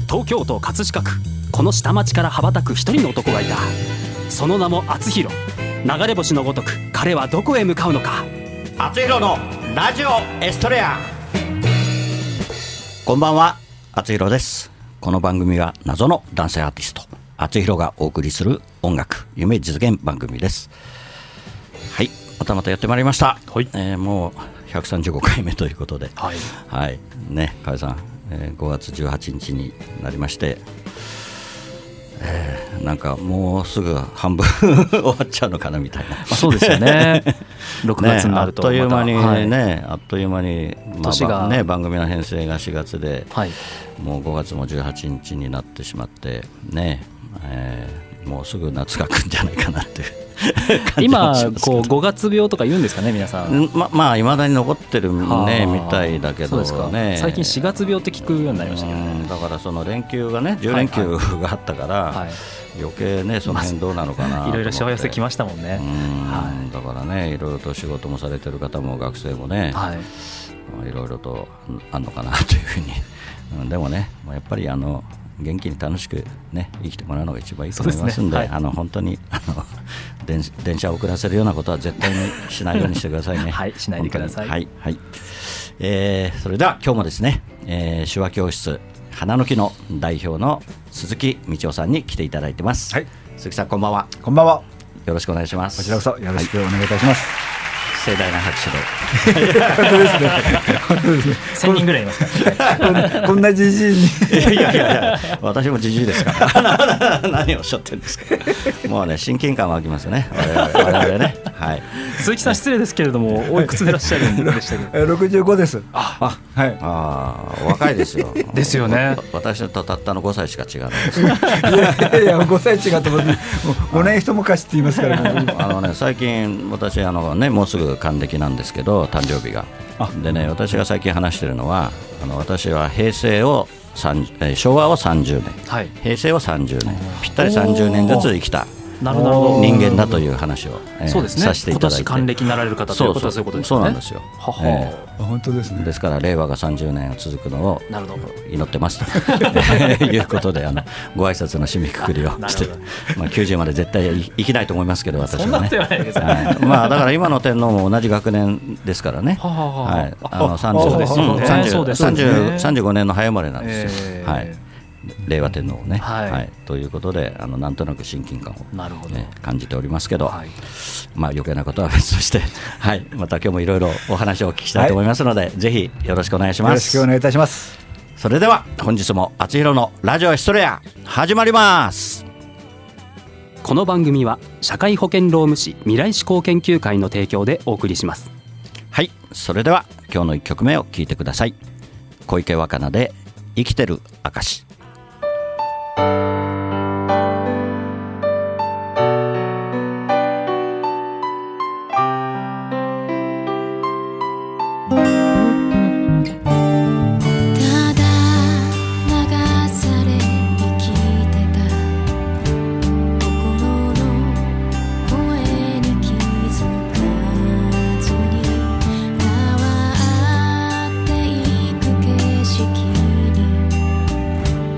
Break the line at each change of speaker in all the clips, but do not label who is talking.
東京都葛飾区この下町から羽ばたく一人の男がいた。その名も厚弘。流れ星のごとく彼はどこへ向かうのか。
厚弘のラジオエストレア。こんばんは、厚弘です。この番組は謎の男性アーティスト厚弘がお送りする音楽夢実現番組です。はい、またやってまいりました、はい。もう135回目ということで、はい、はい、ね、河合さん、5月18日になりまして、なんかもうすぐ半分終わっちゃうのかなみたいな、
そうですよね6月になると、
あっという間にね、あっという間に、
年が、
ね、番組の編成が4月で、
はい、
もう5月も18日になってしまってね、もうすぐ夏が来るんじゃないかなっていう
今こう5月病とか言うんですかね、皆さん。
まあ未だに残ってるねみたいだけどね。
最近4月病って聞くようになりましたけどね。
だからその連休がね、10連休があったから、はい、余計ね、その辺どうなのかな、
いろいろしわ寄せきましたもんね。
はい、だからね、いろいろと仕事もされてる方も学生もね、はい、いろいろとあるのかなというふうに、でもね、やっぱり元気に楽しく、ね、生きてもらうのが一番いいと思いますんで、本当に電車を遅らせるようなことは絶対にしないようにしてくださいね。
はい、しないでください。
はい、はい。それでは今日もですね、手話教室花の木の代表の鈴木道夫さんに来ていただいてます。はい、鈴木さん、こんばんは。
こんばんは。
よろしくお願いします。
こちらこそよろしくお願いいたします。
盛大な拍手で
本当ですね、本当ですね。
1000人ぐらいいますから
こんなじじいに
いや私もじじいですから何をおっしゃってるんですか。もうね、親近感湧きますよね、我々ね。はい、
鈴木さん、失礼ですけれども、おいくつでいらっしゃるんでしたっけ。
65です。
はい、若いですよ
ですよね。
私とたったの5歳しか違うんです
いや5歳違っても5年一昔って言いますから
ね、最近私ね、もうすぐ還暦なんですけど、誕生日がでね、私が最近話してるのは、私は昭和を30年、はい、平成を30年、ぴったり30年ずつ生きた人間だという話を、
そうですね、
させていただいて、
今年還暦になられる方ということはそういうことですね。
そうなんですよ。
本当ですね。
ですから令和が30年続くのを祈ってますということで、ご挨拶の締めくくりをして、90まで絶対生きないと思いますけど、私はね。
そんな手はないですね。
だから今の天皇も同じ学年ですからね。35年の早生まれなんですよ。はい、令和天皇ね、はいはい、ということで、なんとなく親近感を、感じておりますけど、はい、余計なことは別として、はい、また今日もいろいろお話をお聞きしたいと思いますので、はい、ぜひよろしくお願いします。
よろしくお願いいたします。
それでは本日も厚弘のラジオエストレア始まります。
この番組は社会保険労務士未来志向研究会の提供でお送りします。
はい、それでは今日の1曲目を聴いてください。小池若菜で生きてる証。
「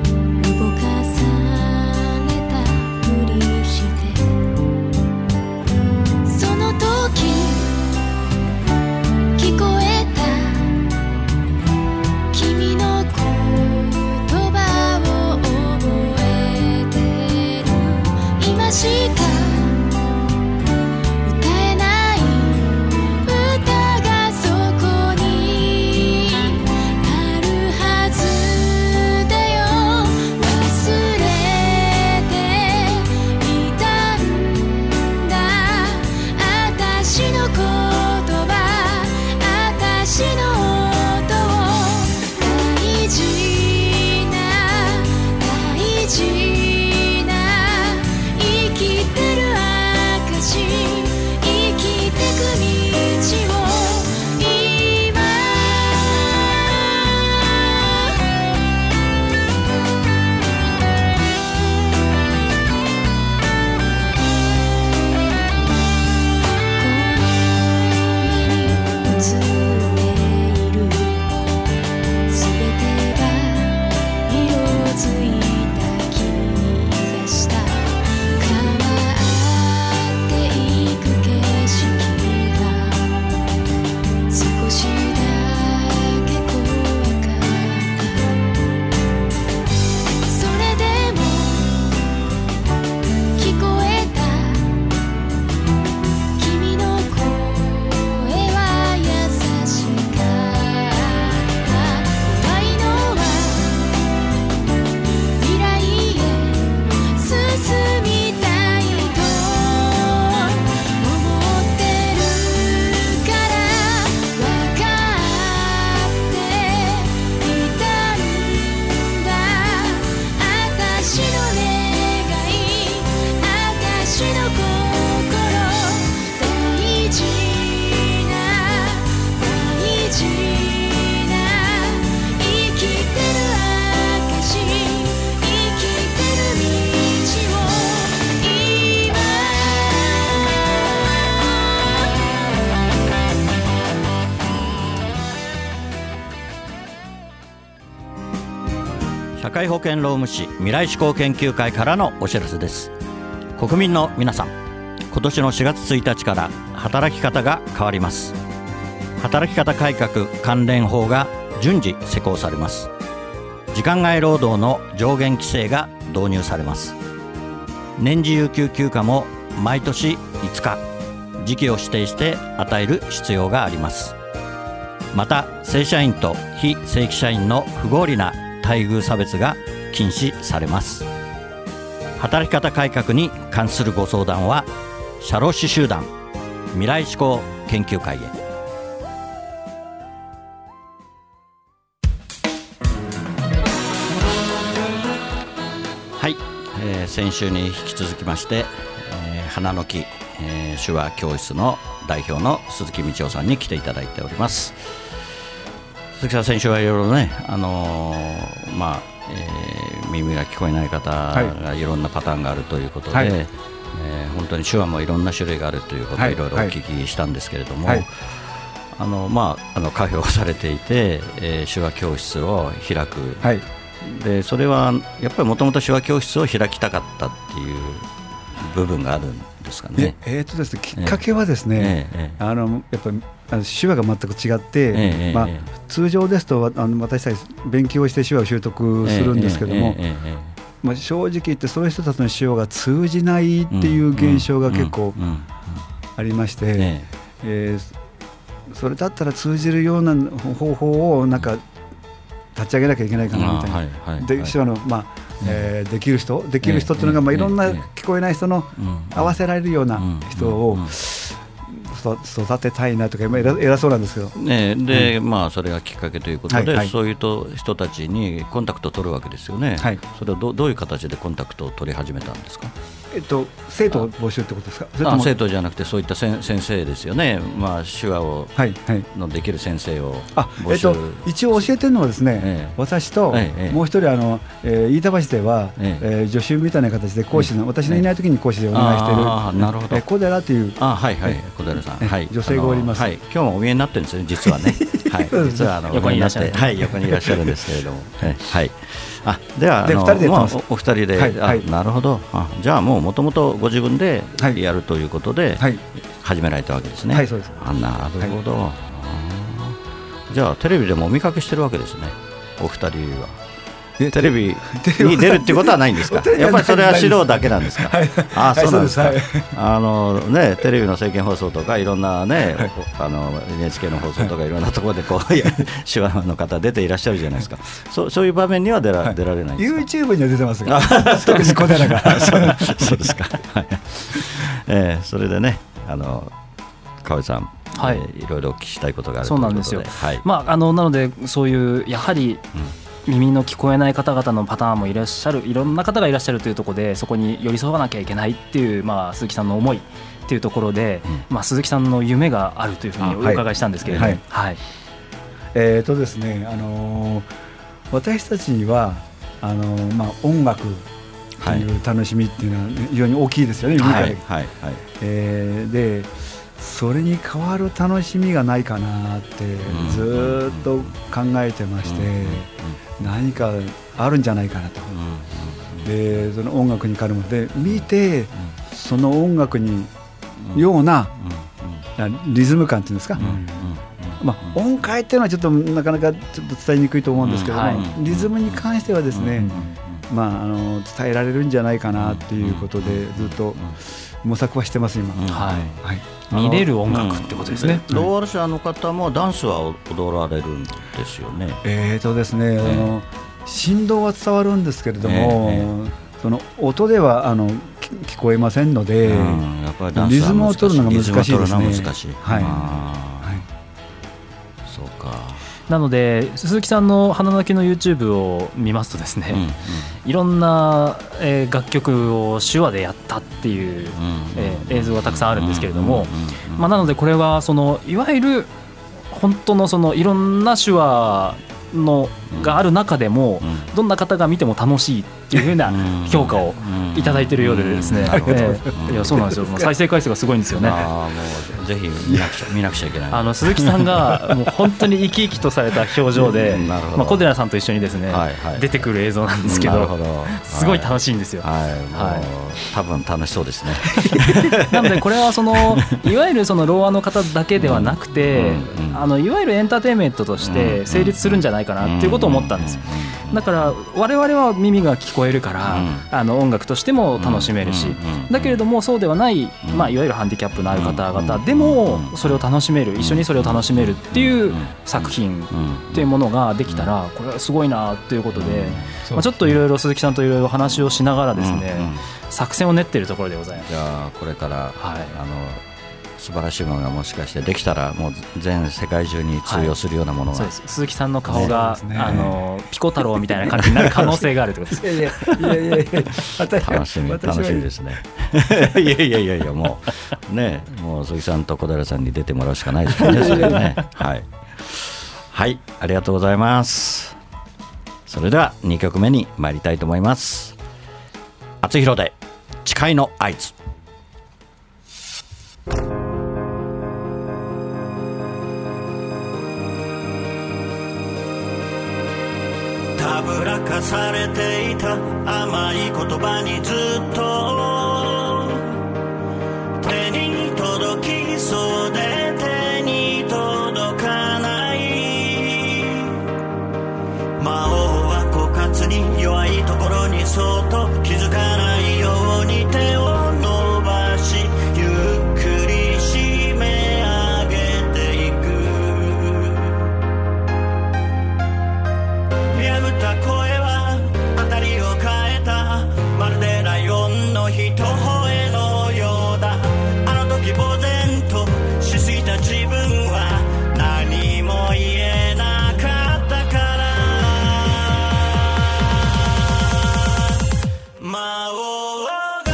社会保険労務士未来志向研究会からのお知らせです。国民の皆さん、今年の4月1日から働き方が変わります。働き方改革関連法が順次施行されます。時間外労働の上限規制が導入されます。年次有給休暇も毎年5日時期を指定して与える必要があります。また正社員と非正規社員の不合理な待遇差別が禁止されます。働き方改革に関するご相談は社労士集団未来志向研究会へ。はい、先週に引き続きまして、花の木、手話教室の代表の鈴木道夫さんに来ていただいております。鈴木さん、先週はいろいろね、耳が聞こえない方がいろんなパターンがあるということで、はい、本当に手話もいろんな種類があるということをいろいろお聞きしたんですけれども、はい、カフェをされていて、手話教室を開く、はい、でそれはやっぱりもともと手話教室を開きたかったっていう部分があるんですかね。
ですね、きっかけはですね、やっぱり手話が全く違って、通常ですと私たち勉強して手話を習得するんですけども、正直言ってそういう人たちの手話が通じないっていう現象が結構ありまして、それだったら通じるような方法をなんか立ち上げなきゃいけないかなみたいな。で手話のできる人っていうのがいろんな聞こえない人の合わせられるような人を育てたいなとか偉そうなんですけど、
でそれがきっかけということで、そういう人たちにコンタクトを取るわけですよね。それはどういう形でコンタクトを取り始めたんですか。
生徒を募集ってことですか。
生徒じゃなくてそういった先生ですよね。手話をのできる先生を募集、
一応教えてるのはですね、私ともう一人飯田橋では助手みたいな形で講師の、私のいない時に講師でお願いしている小寺という
小寺さん、
女性がおります。
今日もお見えになってるんですね、実はね。実は
横にいらっしゃる、
横にいらっしゃるんですけれども、ではお二人で、なるほど。じゃあもともとご自分でやるということで始められたわけですね。なるほど。じゃあテレビでもお見かけしてるわけですね、お二人は。テレビに出るっていうことはないんですか。やっぱりそれは指導だけなんですか。そうなんですか。テレビの政見放送とかいろんなね、NHK の放送とかいろんなところで手話の方出ていらっしゃるじゃないですか。そういう場面には出られないんですか。
YouTube には出てますが、特に小寺が。
そうですか。それでね、川合さん、いろいろお聞きしたいことがあるということで。そうなんですよ。
なのでそういうやはり耳の聞こえない方々のパターンもいらっしゃる、いろんな方がいらっしゃるというところで、そこに寄り添わなきゃいけないっていう、鈴木さんの思いっていうところで、鈴木さんの夢があるというふうにお伺いしたんですけれども、
ですね、私たちには音楽という楽しみっていうのは非常に大きいですよね。でそれに代わる楽しみがないかなってずっと考えてまして、何かあるんじゃないかなと、でその音楽に絡むので見て、その音楽にようなリズム感っていうんですか、音階っていうのはちょっとなかなかちょっと伝えにくいと思うんですけども、リズムに関してはですね、伝えられるんじゃないかなっていうことでずっと模索はしてます今。
見れる音楽ってことですね。
ローアル社の方もダンスは踊られるんですよね。
ですね、振動は伝わるんですけれども、その音では聞こえませんので、やっぱりダンスはリズムを取るのが難しいですね。
そうか。
なので鈴木さんの花泣きの YouTube を見ますとですね、いろんな楽曲を手話でやったっていう映像がたくさんあるんですけれども、なのでこれはそのいわゆる本当のそのいろんな手話のがある中でもどんな方が見ても楽しいっていう風な評価をいただいているようでですね、いやそうなんですよ、再生回数がすごいんですよね。
もうぜひ見なくちゃいけない。
鈴木さんがもう本当に生き生きとされた表情で小寺さんと一緒にですね出てくる映像なんですけど、すごい楽しいんですよ。
多分楽しそうですね。
なのでこれはそのいわゆるそのローアの方だけではなくて、いわゆるエンターテインメントとして成立するんじゃないかなっていうことを思ったんですよ。だから我々は耳が聞こえるから音楽としても楽しめるし、だけれどもそうではない、いわゆるハンディキャップのある方々でもそれを楽しめる、一緒にそれを楽しめるっていう作品っていうものができたら、これはすごいなっていうことで、ちょっといろいろ鈴木さんといろいろ話をしながらですね、作戦を練っているところでございます。
じゃあこれから素晴らしいものがもしかしてできたら、もう全世界中に通用するようなものが、
そうです。鈴木さんの顔が、ピコ太郎みたいな感じになる可能性があるということです。
楽しみですね。いやもうね、もう鈴木さんと小寺さんに出てもらうしかないですよね。それね。はい、ありがとうございます。それでは2曲目に参りたいと思います。厚弘で誓いの合図。
たぶらかされていた甘い言葉にずっと手に届きそうで手に届かない。魔王は枯渇に弱いところにそっと気づかないように手を伸ばし、ゆっくり締め上げていく。破った声は辺りを変えた、まるでライオンの一吠のようだ。あの時呆然としすぎた自分は何も言えなかったから。魔王が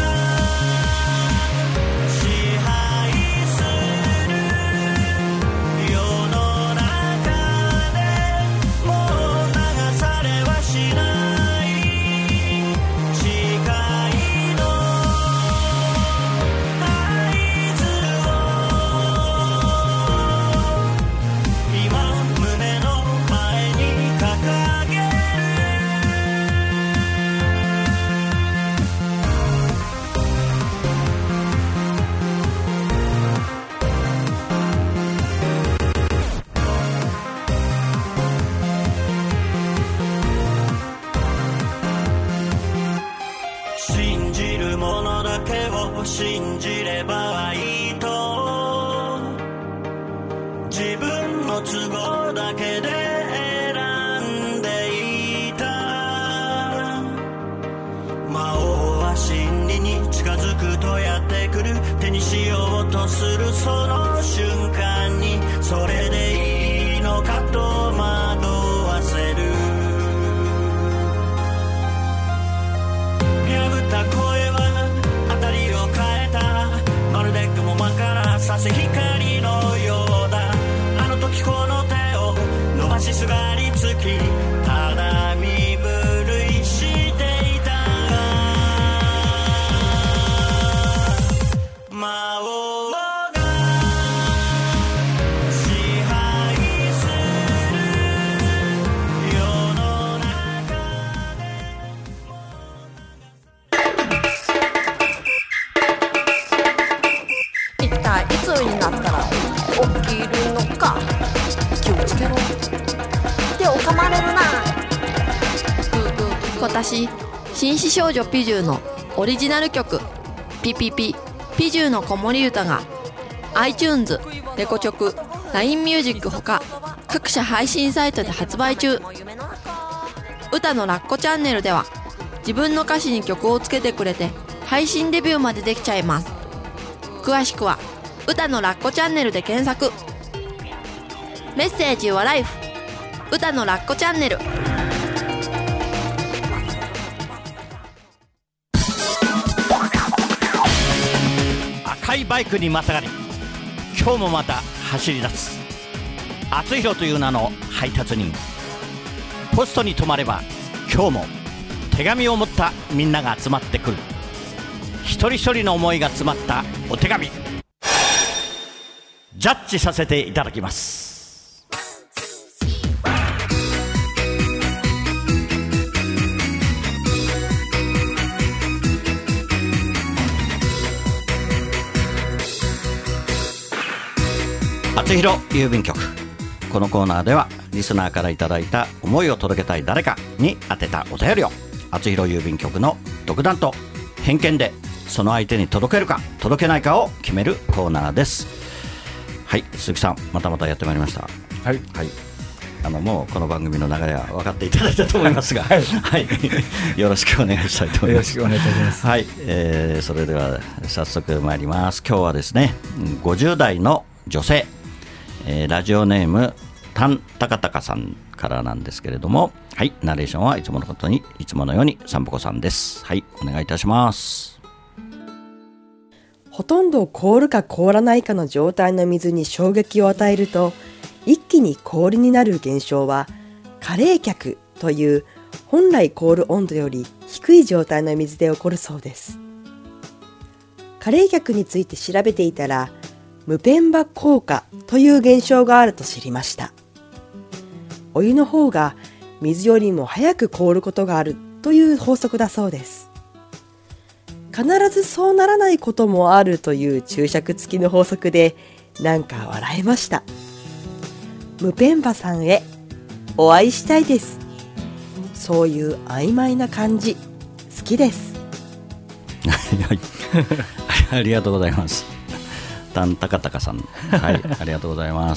支配する世の中でもう流されはしない誓いの合図を今胸の前に掲げる。信じるものだけを信じればいいと、自分の都合だけで選んでいた。魔王は真理に近づくとやってくる。手にしようとするその瞬間に、それでいいのかと惑わせる。破った声は辺りを変えた、まるで雲間から差す光のようだ。あの時この手を伸ばしすがりつき、ただ身震いしていた。魔王が
私紳士少女ピジューのオリジナル曲ピピピピジューの子守歌が iTunes、レコチョク、LINE ミュージックほか各種配信サイトで発売中。歌のラッコチャンネルでは自分の歌詞に曲をつけてくれて配信デビューまでできちゃいます。詳しくは歌のラッコチャンネルで検索。メッセージはライフ歌のラッコチャンネル。
赤いバイクにまたがり今日もまた走り出す厚弘という名の配達人。ポストに止まれば今日も手紙を持ったみんなが集まってくる。一人一人の思いが詰まったお手紙ジャッジさせていただきます。厚弘郵便局。このコーナーではリスナーからいただいた思いを届けたい誰かに宛てたお便りを厚弘郵便局の独断と偏見でその相手に届けるか届けないかを決めるコーナーです。はい、鈴木さんまたまたやってまいりました。
はい、
はい、もうこの番組の流れは分かっていただいたと思いますがはい、はい、よろしくお願いしたいと思います。
よろしくお願いいたします。
はい、それでは早速参ります。今日はですね50代の女性、ラジオネームタンタカタカさんからなんですけれども、はい、ナレーションはいつものことにいつものようにサンポコさんです。はい、お願いいたします。
ほとんど凍るか凍らないかの状態の水に衝撃を与えると一気に氷になる現象は過冷却という本来凍る温度より低い状態の水で起こるそうです。過冷却について調べていたらムペンバ効果という現象があると知りました。お湯の方が水よりも早く凍ることがあるという法則だそうです。必ずそうならないこともあるという注釈付きの法則でなんか笑えました。ムペンバさんへお会いしたいです。そういう曖昧な感じ好きです。
はいありがとうございます。タンタカタカさん、はい、ありがとうございます。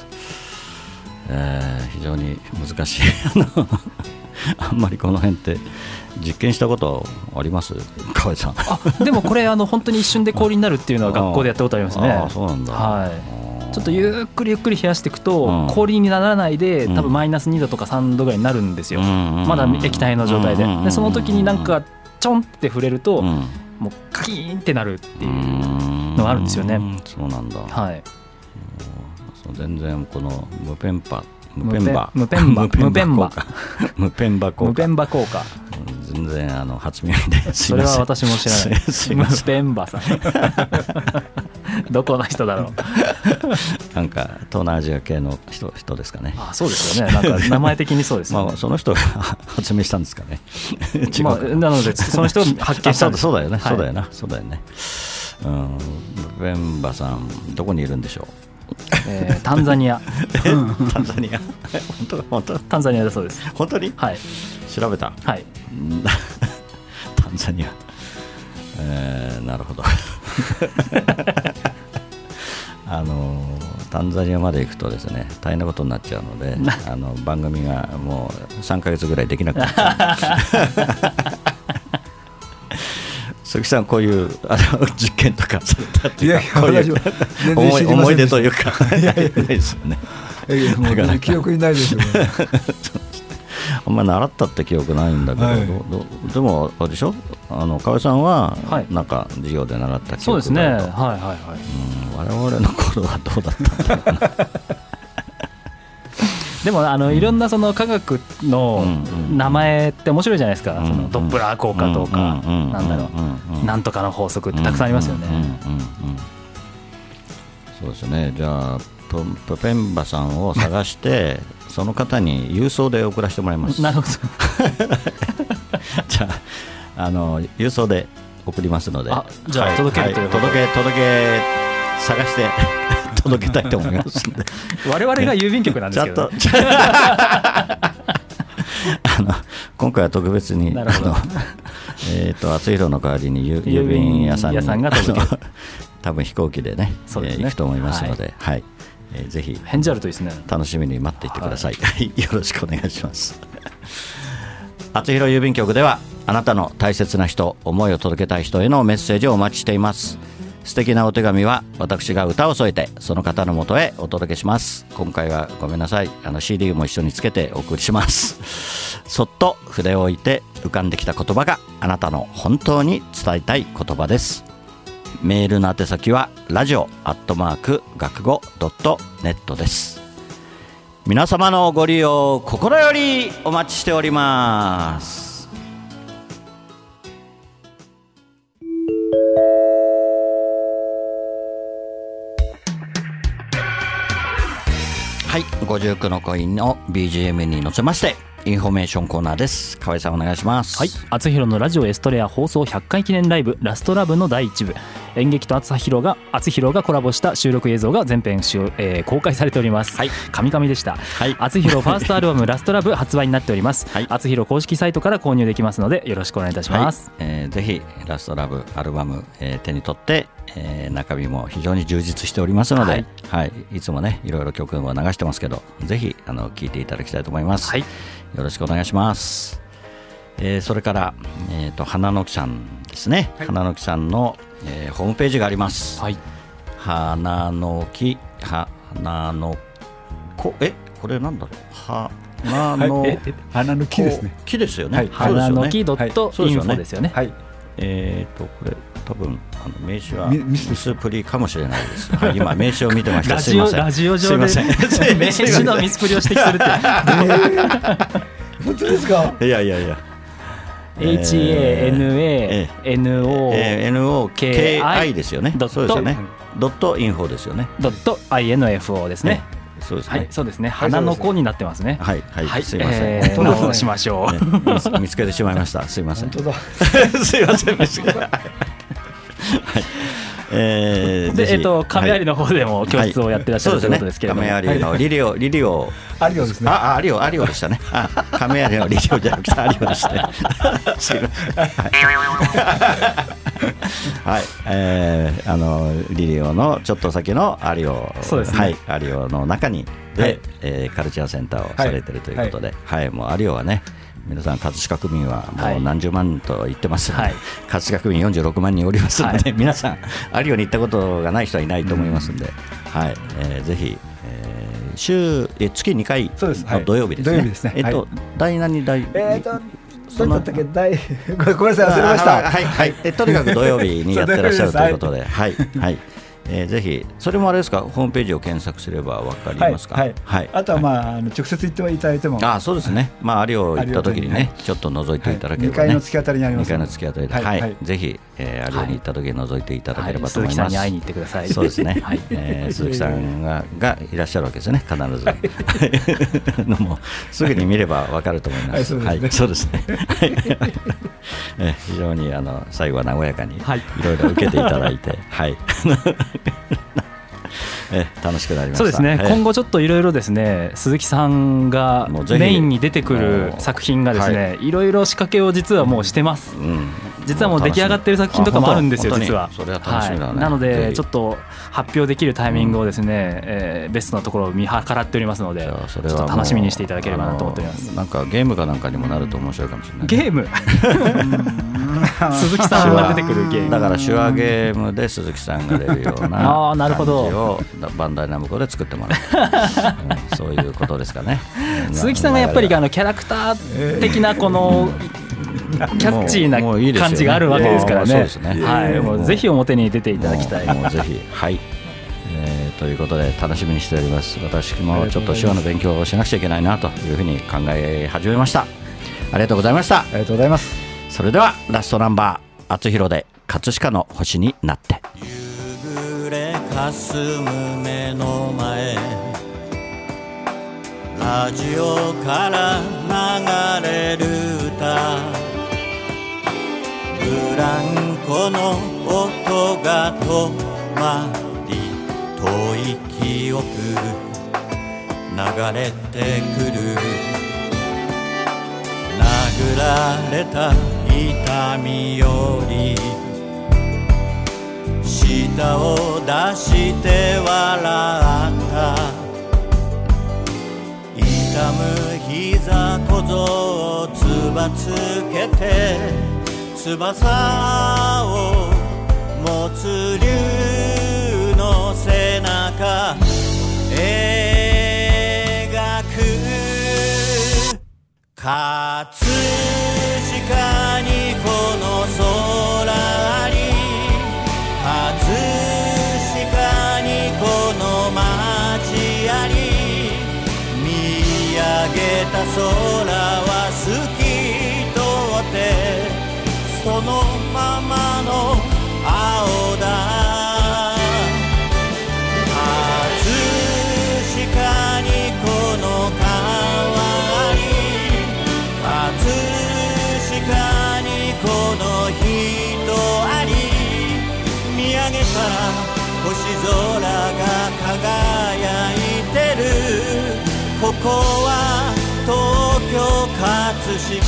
非常に難しいあんまりこの辺って実験したことあります？河合さん。
でもこれ本当に一瞬で氷になるっていうのは学校でやったことありますね。
あ、そうなんだ。
はい、ちょっとゆっくりゆっくり冷やしていくと氷にならないで多分マイナス2度とか3度ぐらいになるんですよ。まだ液体の状態で。でその時になんかちょんって触れるともうカキーンってなるっていうのがあるんですよね。
そうなんだ。
はい。
全然このムペンバ効果全然初耳で。
それは私も知らない。ムペンバさんどこの人だろう
なんか東南アジア系の人ですかね。
あ、そうですよね。なんか名前的にそうですよね。
まあ、その人が発明したんですかね違う、
まあ、なのでその人が発見したんです。
そうだよね、
はい、
そうだよね。ムペンバさんどこにいるんでしょう。
タンザニア
タンザニア本当
タンザニアだそうです。
本当に？
はい、
調べた。
はい、
タンザニア、なるほどタンザニアまで行くとですね大変なことになっちゃうので番組がもう3ヶ月ぐらいできなくなっちゃう鈴木さんこういう実験とかされたっていうかこういう思い出というかないですよね。
記憶にないですよね
あんまり習ったって記憶ないんだけど、はい、でもあれでしょ河合さんはなんか授業で習った記憶があると。そうですね、はいはいはい、我々の頃はどうだったんだろうな
でもいろんなその科学の名前って面白いじゃないですか。そのドップラー効果とかなんだろうなんとかの法則ってたくさんありますよね。
そうですね。じゃあプペンバさんを探してその方に郵送で送らせてもらいます。
なるほど
じゃあ郵送で送りますので。
じゃあ届けるということで、
届け探して届けたいと思いますので
我々が郵便局なんですけど、ね、
今回は特別に厚弘の代わりに郵便屋さんが多分飛行機でね、行くと思いますので、はい、ぜひ
返事あるといいですね。
楽しみに待っていてください、はい、よろしくお願いします。厚弘郵便局ではあなたの大切な人、思いを届けたい人へのメッセージをお待ちしています。素敵なお手紙は私が歌を添えてその方のもとへお届けします。今回はごめんなさい、CD も一緒につけてお送りします。そっと筆を置いて浮かんできた言葉があなたの本当に伝えたい言葉です。メールの宛先はradio@学語.net です。皆様のご利用心よりお待ちしております。はい、59のコインの BGM に乗せましてインフォメーションコーナーです。河合さんお願いします。
はい、厚弘のラジオエストレア放送100回記念ライブラストラブの第1部、演劇と厚弘がコラボした収録映像が全編公開されております。はい、神々でした。はい、厚弘ファーストアルバムラストラブ発売になっております。はい、厚弘公式サイトから購入できますのでよろしくお願いいたします。
はい、ぜひラストラブアルバム、手に取って、中身も非常に充実しておりますので、はいはい、いつもねいろいろ曲を流してますけど、ぜひ聴いていただきたいと思います。はい、よろしくお願いします。それから、花の木さんですね、はい、花の木さんの、ホームページがあります。はい、花の木これなんだろう、
花の木ですね。
木ですよね。
はい、花の木.infoですよね。はい、これ
多分名刺はミスプリかもしれないです。はい、今名刺を見てました。すいません。
ラジオ上で名刺のミスプリを指摘するって。
本当ですか。
いや。HANANOKI ですよね。そうですよね。ドットインフォですよね。
ドット INFO ですね。
そうですね。
はい、そうですね。花の子になってますね。
はいはい。すいません。
直しましょ
う。見つけてしまいました。すいません。
本当だ。
すいません。はい。
で亀有の方でも教室をやってらっしゃるということですけれども、
亀有のリリオ
ですね。
アリオでしたね。亀有のリリオじゃなくてアリオでしたね。すいません。はい、リリオのちょっと先のアリオ、
そうですね。
はい、アリオの中にで、カルチャーセンターをされているということで、はい、もうアリオはね。皆さん葛飾区民はもう何十万と言ってますので、はい、葛飾区民46万人おりますので、はい、皆さんアリオに行ったことがない人はいないと思いますので、はい、ぜひ、月2回の土曜日ですね。
土曜日ですね。
第何第
どれだったっけ、ごめんなさい忘れました。
はいはい。とにかく土曜日にやってらっしゃるということで、はいはい。ぜひそれもあれですか、ホームページを検索すれば分かりますか。
はいはい。あとは直接行っていただいても。
そうですね。アリオ行った時にね、ちょっと覗いていただければね。
2階の突き当たりにあります。
2階の突き当たりで、はい。ぜひアリオに行った時に覗いていただければと思います。
鈴木さんに会いに行ってください。
そうですね。鈴木さんがいらっしゃるわけですね、必ず。もうすぐに見れば分かると思います。はい、そうですね。非常に最後は和やかにいろいろ受けていただいて、はい。楽しくなりました。
そうですね。今後ちょっといろいろですね、鈴木さんがメインに出てくる作品がですね、いろいろ仕掛けを実はもうしてます。実はもう出来上がっている作品とかもあるんですよ、実は。
それは楽しみだね。
なのでちょっと発表できるタイミングをですね、ベストなところを見計らっておりますので、ちょっと楽しみにしていただければなと思っております。
なんかゲームかなんかにもなると面白いかもしれない。
ゲーム鈴木さんが出てくるゲーム
だから手話ゲームで鈴木さんが出るような感じをバンダイナムコで作ってもらう、そういうことですかね。
鈴木さんがやっぱりキャラクター的なこのキャッチーな感じがあるわけですからね。もうぜひ表に出ていただきたい。
もうぜひ、はい、ということで楽しみにしております。私もちょっと手話の勉強をしなくちゃいけないなというふうに考え始めました。ありがとうございました。
ありがとうございます。
それではラストナンバー、厚弘で葛飾の星になって。
夕暮れ霞む目の前、ラジオから流れる歌、ブランコの音が止まり、遠い記憶流れてくる。 殴られた痛みより舌を出して笑った痛む膝小僧をつばつけて翼を持つ竜の背中描く葛飾にこの空あり葛飾にこの街あり見上げた空は透き通ってそのままの青だ葛飾にこの川あり葛飾にこの人あり見上げたら星空が輝いてるここは東京葛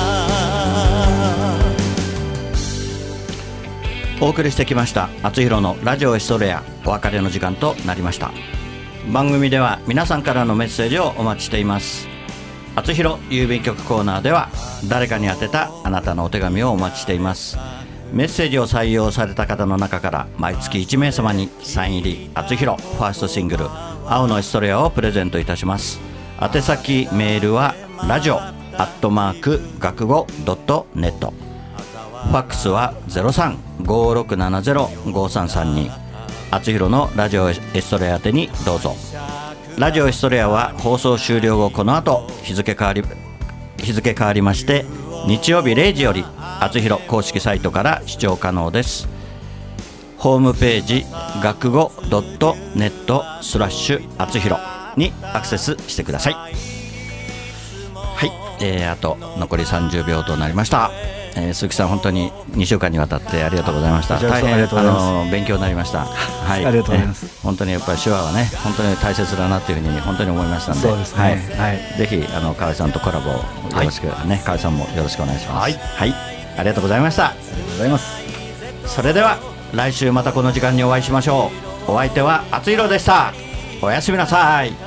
飾お送りしてきましたあつひろのラジオエストレアお別れの時間となりました。番組では皆さんからのメッセージをお待ちしています。あつひろ郵便局コーナーでは誰かに宛てたあなたのお手紙をお待ちしています。メッセージを採用された方の中から毎月1名様にサイン入りあつひろファーストシングル青のエストレアをプレゼントいたします。宛先メールはラジオ学語.netファックスは 03-5670-5332 あつひろのラジオエストレア宛てにどうぞ。ラジオエストレアは放送終了後この後日付変わりまして日曜日0時よりあつひろ公式サイトから視聴可能です。ホームページ学語.net/あつひろにアクセスしてください。はい、あと残り30秒となりました。鈴木さん本当に2週間にわたってありがとうございました。大変勉強になりました。はい、
ありがとうございます。
本当にやっぱり手話はね本当に大切だなというふうに本当に思いましたので、
そうですね、
はい、ぜひ河合さんとコラボよろしく、はいね、河合さんもよろしくお願いします。はい、はい、ありがとうございました。
ありがとうございます。
それでは来週またこの時間にお会いしましょう。お相手はあつひろでした。おやすみなさい。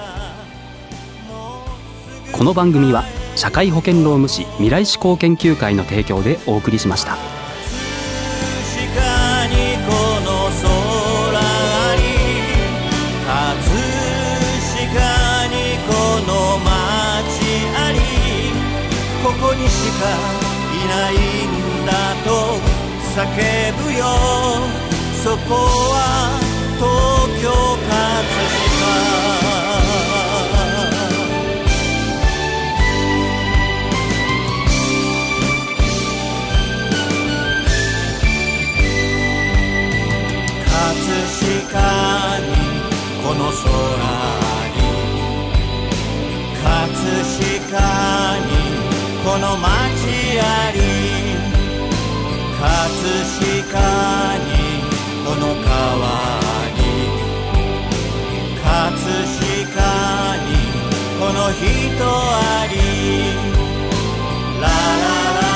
この番組は社会保険労務士未来志向研究会の提供でお送りしました。
葛飾にこの空あり葛飾にこの街ありここにしかいないんだと叫ぶよそこは東京葛飾葛飾にこの空に葛飾にこの街あり葛飾にこの川に葛飾にこの人ありラララ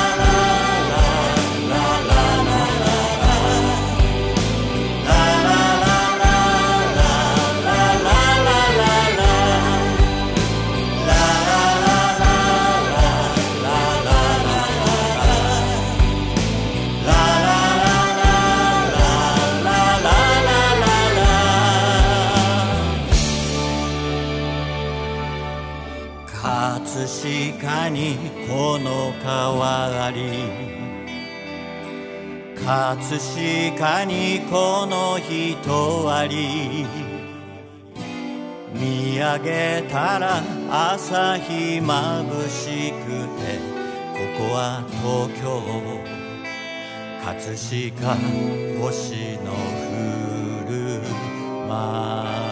葛飾にこの川あり葛飾にこの人あり見上げたら朝日眩しくてここは東京葛飾星の降る街